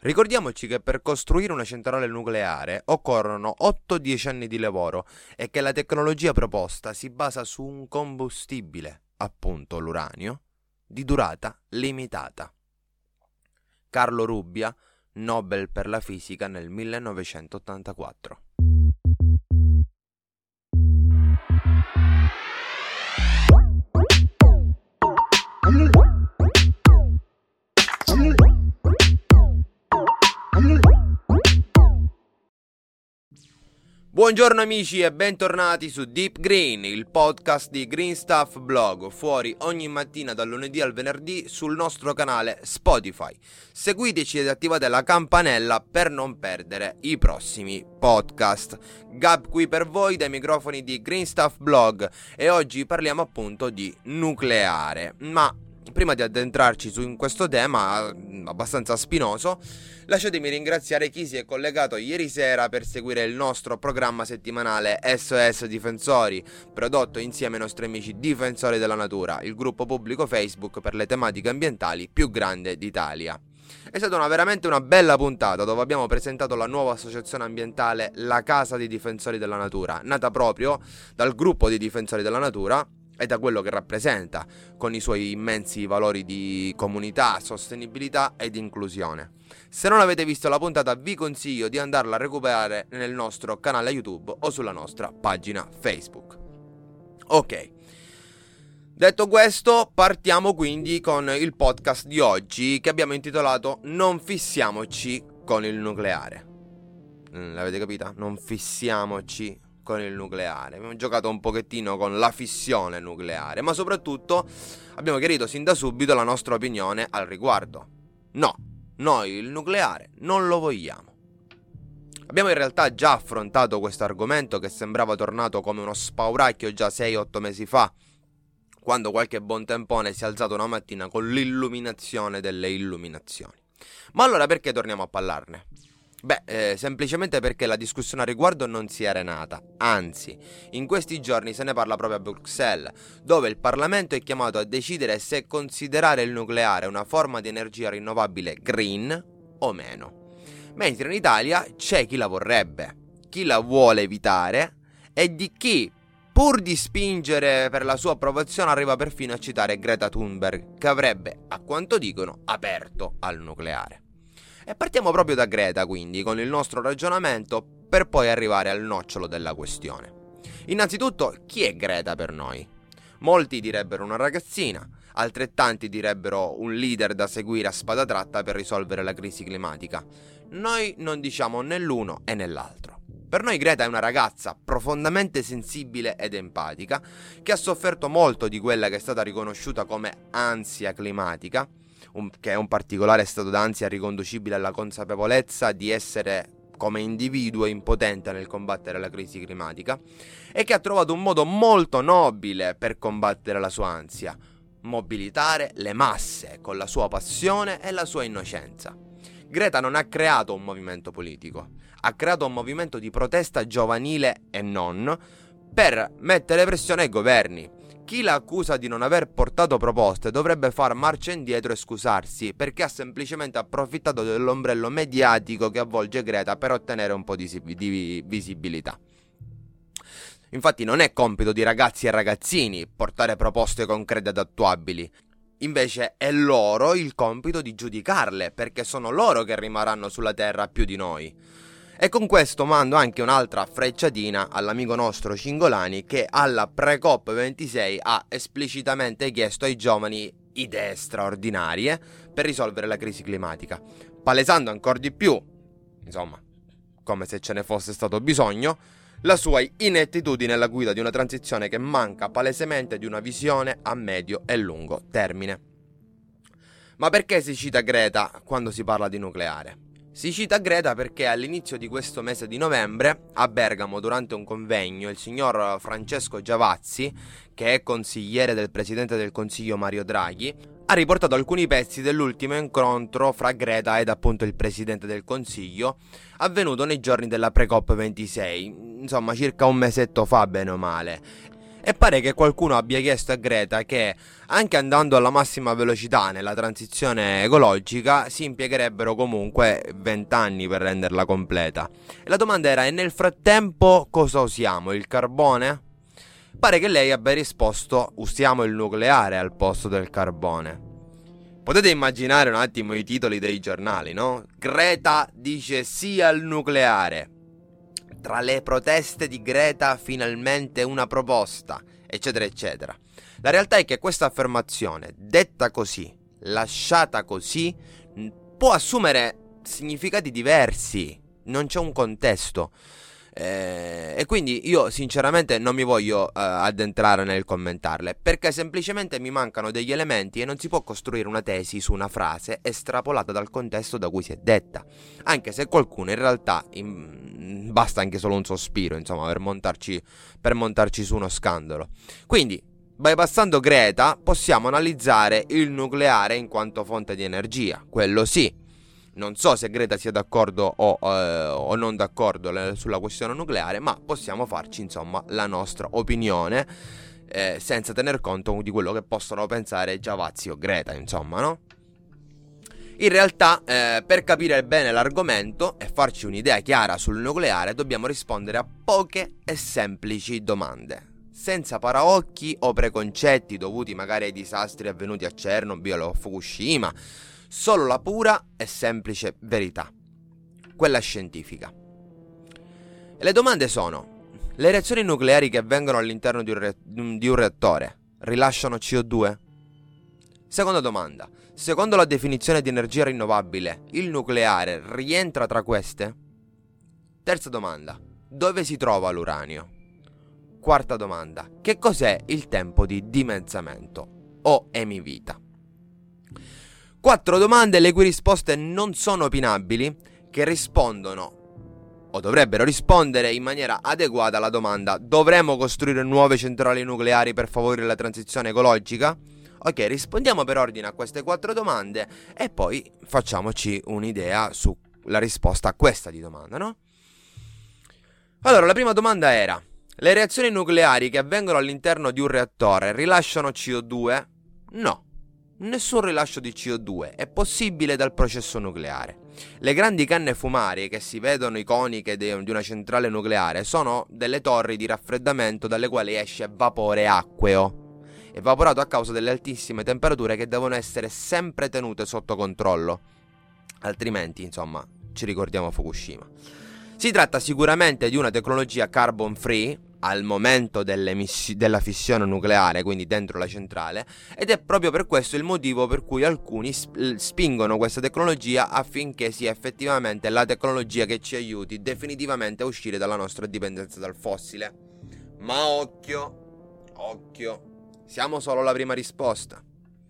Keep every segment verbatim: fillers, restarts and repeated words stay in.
Ricordiamoci che per costruire una centrale nucleare occorrono otto dieci anni di lavoro e che la tecnologia proposta si basa su un combustibile, appunto l'uranio, di durata limitata. Carlo Rubbia, Nobel per la fisica nel millenovecentottantaquattro. Buongiorno amici e bentornati su Deep Green, il podcast di Green Stuff Blog, fuori ogni mattina dal lunedì al venerdì sul nostro canale Spotify. Seguiteci ed attivate la campanella per non perdere i prossimi podcast. Gab qui per voi dai microfoni di Green Stuff Blog e oggi parliamo appunto di nucleare, ma prima di addentrarci su in questo tema abbastanza spinoso, lasciatemi ringraziare chi si è collegato ieri sera per seguire il nostro programma settimanale S O S Difensori, prodotto insieme ai nostri amici Difensori della Natura, il gruppo pubblico Facebook per le tematiche ambientali più grande d'Italia. È stata una, veramente una bella puntata dove abbiamo presentato la nuova associazione ambientale La Casa dei Difensori della Natura, nata proprio dal gruppo di Difensori della Natura e da quello che rappresenta, con i suoi immensi valori di comunità, sostenibilità ed inclusione. Se non avete visto la puntata vi consiglio di andarla a recuperare nel nostro canale YouTube o sulla nostra pagina Facebook. Ok, detto questo, partiamo quindi con il podcast di oggi che abbiamo intitolato Non fissiamoci con il nucleare. L'avete capita? Non fissiamoci con il nucleare. Abbiamo giocato un pochettino con la fissione nucleare, ma soprattutto abbiamo chiarito sin da subito la nostra opinione al riguardo. No, noi il nucleare non lo vogliamo. Abbiamo in realtà già affrontato questo argomento che sembrava tornato come uno spauracchio già sei otto mesi fa, quando qualche buontempone si è alzato una mattina con l'illuminazione delle illuminazioni. Ma allora perché torniamo a parlarne? Beh, eh, semplicemente perché la discussione a riguardo non si è arenata, anzi, in questi giorni se ne parla proprio a Bruxelles, dove il Parlamento è chiamato a decidere se considerare il nucleare una forma di energia rinnovabile green o meno. Mentre in Italia c'è chi la vorrebbe, chi la vuole evitare e di chi, pur di spingere per la sua approvazione, arriva perfino a citare Greta Thunberg, che avrebbe, a quanto dicono, aperto al nucleare. E partiamo proprio da Greta, quindi, con il nostro ragionamento, per poi arrivare al nocciolo della questione. Innanzitutto, chi è Greta per noi? Molti direbbero una ragazzina, altrettanti direbbero un leader da seguire a spada tratta per risolvere la crisi climatica. Noi non diciamo né l'uno e né l'altro. Per noi Greta è una ragazza profondamente sensibile ed empatica, che ha sofferto molto di quella che è stata riconosciuta come ansia climatica, Un, che è un particolare stato d'ansia riconducibile alla consapevolezza di essere come individuo impotente nel combattere la crisi climatica e che ha trovato un modo molto nobile per combattere la sua ansia: mobilitare le masse con la sua passione e la sua innocenza. Greta non ha creato un movimento politico, ha creato un movimento di protesta giovanile e non, per mettere pressione ai governi. Chi la accusa di non aver portato proposte dovrebbe far marcia indietro e scusarsi, perché ha semplicemente approfittato dell'ombrello mediatico che avvolge Greta per ottenere un po' di, di visibilità. Infatti non è compito di ragazzi e ragazzini portare proposte concrete ed attuabili. Invece è loro il compito di giudicarle, perché sono loro che rimarranno sulla terra più di noi. E con questo mando anche un'altra frecciatina all'amico nostro Cingolani, che alla pre-COP ventisei ha esplicitamente chiesto ai giovani idee straordinarie per risolvere la crisi climatica, palesando ancora di più, insomma, come se ce ne fosse stato bisogno, la sua inettitudine alla guida di una transizione che manca palesemente di una visione a medio e lungo termine. Ma perché si cita Greta quando si parla di nucleare? Si cita Greta perché all'inizio di questo mese di novembre, a Bergamo, durante un convegno, il signor Francesco Giavazzi, che è consigliere del presidente del Consiglio Mario Draghi, ha riportato alcuni pezzi dell'ultimo incontro fra Greta ed appunto il presidente del Consiglio, avvenuto nei giorni della pre-COP ventisei, insomma circa un mesetto fa bene o male. E pare che qualcuno abbia chiesto a Greta che, anche andando alla massima velocità nella transizione ecologica, si impiegherebbero comunque vent'anni per renderla completa. E la domanda era: e nel frattempo cosa usiamo? Il carbone? Pare che lei abbia risposto: usiamo il nucleare al posto del carbone. Potete immaginare un attimo i titoli dei giornali, no? Greta dice sì al nucleare. Tra le proteste di Greta finalmente una proposta, eccetera eccetera. La realtà è che questa affermazione, detta così, lasciata così, può assumere significati diversi, non c'è un contesto. Eh, e quindi io sinceramente non mi voglio eh, addentrare nel commentarle, perché semplicemente mi mancano degli elementi e non si può costruire una tesi su una frase estrapolata dal contesto da cui si è detta, anche se qualcuno in realtà in, basta anche solo un sospiro, insomma, per montarci, per montarci su uno scandalo. Quindi, bypassando Greta, possiamo analizzare il nucleare in quanto fonte di energia, quello sì. Non so se Greta sia d'accordo o, eh, o non d'accordo le, sulla questione nucleare, ma possiamo farci insomma la nostra opinione eh, senza tener conto di quello che possono pensare Giavazzi o Greta, insomma, no? In realtà, eh, per capire bene l'argomento e farci un'idea chiara sul nucleare, dobbiamo rispondere a poche e semplici domande, senza paraocchi o preconcetti dovuti magari ai disastri avvenuti a Chernobyl o a Fukushima. Solo la pura e semplice verità, quella scientifica. E le domande sono: le reazioni nucleari che avvengono all'interno di un, re- di un reattore rilasciano C O due? Seconda domanda: secondo la definizione di energia rinnovabile, il nucleare rientra tra queste? Terza domanda: dove si trova l'uranio? Quarta domanda: che cos'è il tempo di dimezzamento o emivita? Quattro domande le cui risposte non sono opinabili, che rispondono o dovrebbero rispondere in maniera adeguata alla domanda: dovremmo costruire nuove centrali nucleari per favorire la transizione ecologica? Ok, rispondiamo per ordine a queste quattro domande e poi facciamoci un'idea sulla risposta a questa di domanda, no? Allora, la prima domanda era: le reazioni nucleari che avvengono all'interno di un reattore rilasciano C O due? No. Nessun rilascio di C O due è possibile dal processo nucleare. Le grandi canne fumarie che si vedono iconiche di una centrale nucleare sono delle torri di raffreddamento dalle quali esce vapore acqueo, evaporato a causa delle altissime temperature che devono essere sempre tenute sotto controllo. Altrimenti, insomma, ci ricordiamo Fukushima. Si tratta sicuramente di una tecnologia carbon free al momento della fissione nucleare, quindi dentro la centrale, ed è proprio per questo il motivo per cui alcuni sp- spingono questa tecnologia affinché sia effettivamente la tecnologia che ci aiuti definitivamente a uscire dalla nostra dipendenza dal fossile. Ma occhio, occhio, siamo solo alla prima risposta.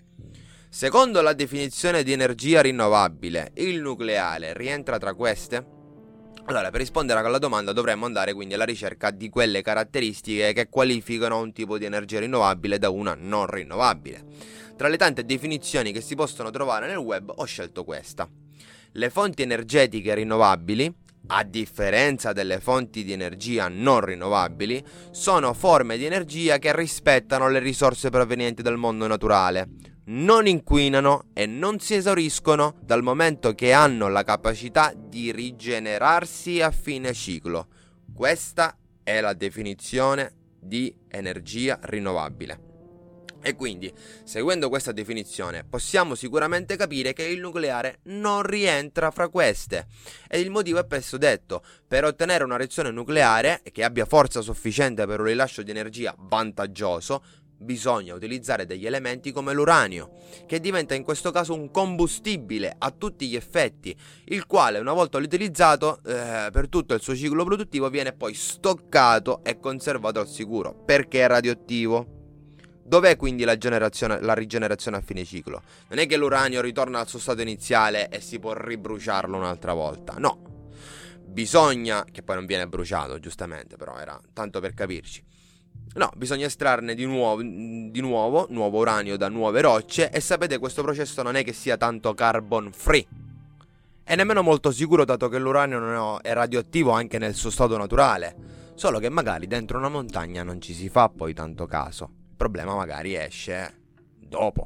Secondo la definizione di energia rinnovabile, il nucleare rientra tra queste? Allora, per rispondere alla domanda dovremmo andare quindi alla ricerca di quelle caratteristiche che qualificano un tipo di energia rinnovabile da una non rinnovabile. Tra le tante definizioni che si possono trovare nel web ho scelto questa. Le fonti energetiche rinnovabili, a differenza delle fonti di energia non rinnovabili, sono forme di energia che rispettano le risorse provenienti dal mondo naturale, non inquinano e non si esauriscono dal momento che hanno la capacità di rigenerarsi a fine ciclo. Questa è la definizione di energia rinnovabile. E quindi, seguendo questa definizione, possiamo sicuramente capire che il nucleare non rientra fra queste. E il motivo è presto detto: per ottenere una reazione nucleare che abbia forza sufficiente per un rilascio di energia vantaggioso, bisogna utilizzare degli elementi come l'uranio, che diventa in questo caso un combustibile a tutti gli effetti, il quale una volta utilizzato eh, per tutto il suo ciclo produttivo viene poi stoccato e conservato al sicuro, perché è radioattivo. Dov'è quindi la, generazione, la rigenerazione a fine ciclo? Non è che l'uranio ritorna al suo stato iniziale e si può ribruciarlo un'altra volta, no. Bisogna, che poi non viene bruciato giustamente, però era tanto per capirci. No, bisogna estrarne di nuovo, di nuovo, nuovo uranio da nuove rocce, e sapete, questo processo non è che sia tanto carbon free e nemmeno molto sicuro, dato che l'uranio non è radioattivo anche nel suo stato naturale. Solo che magari dentro una montagna non ci si fa poi tanto caso. Il problema magari esce dopo.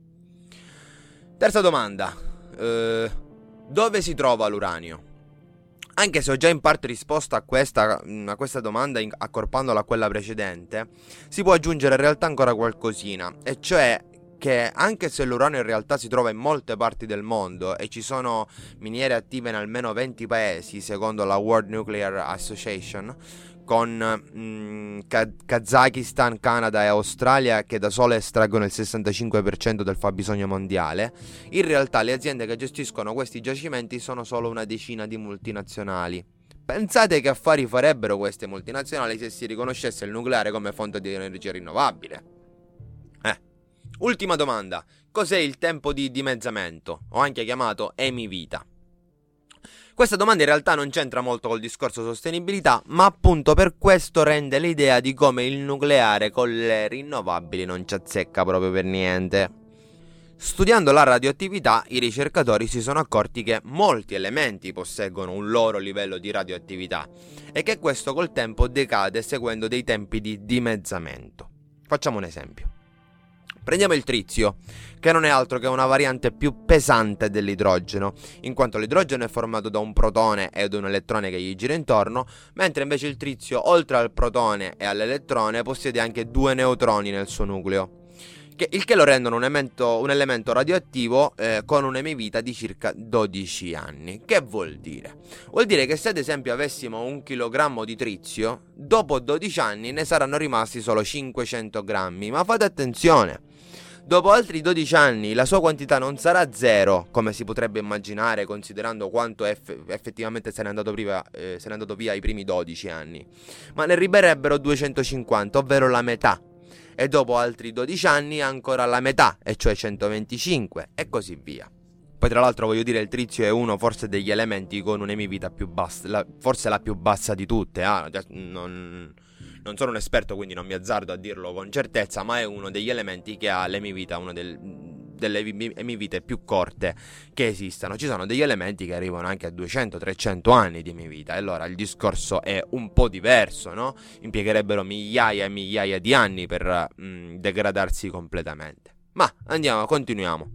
Terza domanda. Eh, dove si trova l'uranio? Anche se ho già in parte risposto a questa, a questa domanda accorpandola a quella precedente, si può aggiungere in realtà ancora qualcosina, e cioè che anche se l'uranio in realtà si trova in molte parti del mondo e ci sono miniere attive in almeno venti paesi secondo la World Nuclear Association, con mh, Kazakistan, Canada e Australia che da sole estraggono il sessantacinque per cento del fabbisogno mondiale, in realtà le aziende che gestiscono questi giacimenti sono solo una decina di multinazionali. Pensate che affari farebbero queste multinazionali se si riconoscesse il nucleare come fonte di energia rinnovabile? Eh. Ultima domanda. Cos'è il tempo di dimezzamento, o anche chiamato emivita? Questa domanda in realtà non c'entra molto col discorso sostenibilità, ma appunto per questo rende l'idea di come il nucleare con le rinnovabili non ci azzecca proprio per niente. Studiando la radioattività, i ricercatori si sono accorti che molti elementi posseggono un loro livello di radioattività e che questo col tempo decade seguendo dei tempi di dimezzamento. Facciamo un esempio. Prendiamo il trizio, che non è altro che una variante più pesante dell'idrogeno, in quanto l'idrogeno è formato da un protone ed un elettrone che gli gira intorno, mentre invece il trizio, oltre al protone e all'elettrone, possiede anche due neutroni nel suo nucleo, che, il che lo rendono un elemento, un elemento radioattivo eh, con un'emivita di circa dodici anni. Che vuol dire? Vuol dire che se ad esempio avessimo un chilogrammo di trizio, dopo dodici anni ne saranno rimasti solo cinquecento grammi, ma fate attenzione! Dopo altri dodici anni la sua quantità non sarà zero, come si potrebbe immaginare considerando quanto eff- effettivamente se n'è andato, prima, eh, se n'è andato via i primi dodici anni, ma ne rimarrebbero duecentocinquanta, ovvero la metà, e dopo altri dodici anni ancora la metà, e cioè centoventicinque, e così via. Poi tra l'altro voglio dire, il trizio è uno forse degli elementi con un'emivita più bassa, la, forse la più bassa di tutte, ah, non... Non sono un esperto, quindi non mi azzardo a dirlo con certezza, ma è uno degli elementi che ha l'emivita, una del, delle emivite più corte che esistano. Ci sono degli elementi che arrivano anche a duecento trecento anni di emivita, e allora il discorso è un po' diverso, no? Impiegherebbero migliaia e migliaia di anni per mh, degradarsi completamente. Ma andiamo, continuiamo.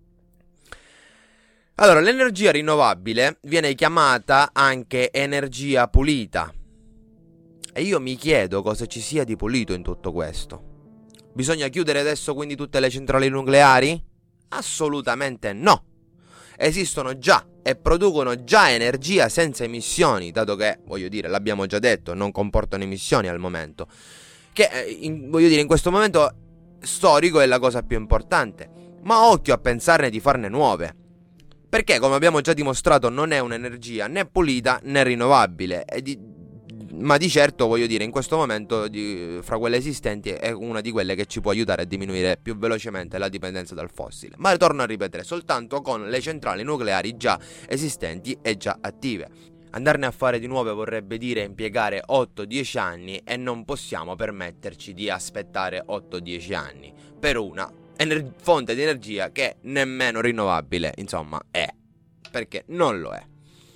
Allora, l'energia rinnovabile viene chiamata anche energia pulita. E io mi chiedo cosa ci sia di pulito in tutto questo. Bisogna chiudere adesso quindi tutte le centrali nucleari? Assolutamente no. Esistono già e producono già energia senza emissioni, dato che, voglio dire, l'abbiamo già detto, non comportano emissioni al momento. Che, in, voglio dire, in questo momento storico è la cosa più importante. Ma occhio a pensarne di farne nuove. Perché, come abbiamo già dimostrato, non è un'energia né pulita né rinnovabile, e di... ma di certo, voglio dire, in questo momento di, fra quelle esistenti è una di quelle che ci può aiutare a diminuire più velocemente la dipendenza dal fossile. Ma torno a ripetere, soltanto con le centrali nucleari già esistenti e già attive. Andarne a fare di nuove vorrebbe dire impiegare otto dieci anni, e non possiamo permetterci di aspettare otto dieci anni per una ener- fonte di energia che nemmeno rinnovabile, insomma, è. Perché non lo è.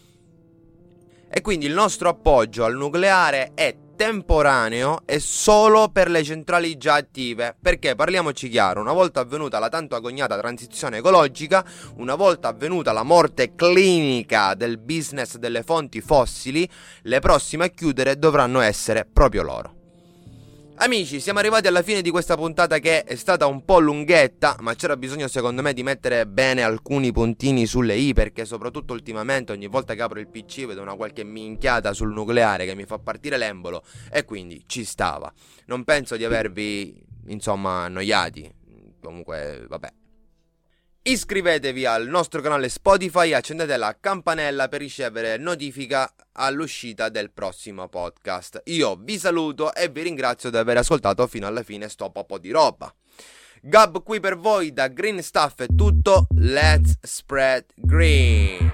E quindi il nostro appoggio al nucleare è temporaneo e solo per le centrali già attive, perché parliamoci chiaro, una volta avvenuta la tanto agognata transizione ecologica, una volta avvenuta la morte clinica del business delle fonti fossili, le prossime a chiudere dovranno essere proprio loro. Amici, siamo arrivati alla fine di questa puntata, che è stata un po' lunghetta, ma c'era bisogno secondo me di mettere bene alcuni puntini sulle i, perché soprattutto ultimamente ogni volta che apro il P C vedo una qualche minchiata sul nucleare che mi fa partire l'embolo, e quindi ci stava. Non penso di avervi, insomma, annoiati. Comunque, vabbè. Iscrivetevi al nostro canale Spotify e accendete la campanella per ricevere notifica all'uscita del prossimo podcast. Io vi saluto e vi ringrazio di aver ascoltato fino alla fine sto po' di roba. Gab qui per voi, da Green Stuff è tutto, let's spread green!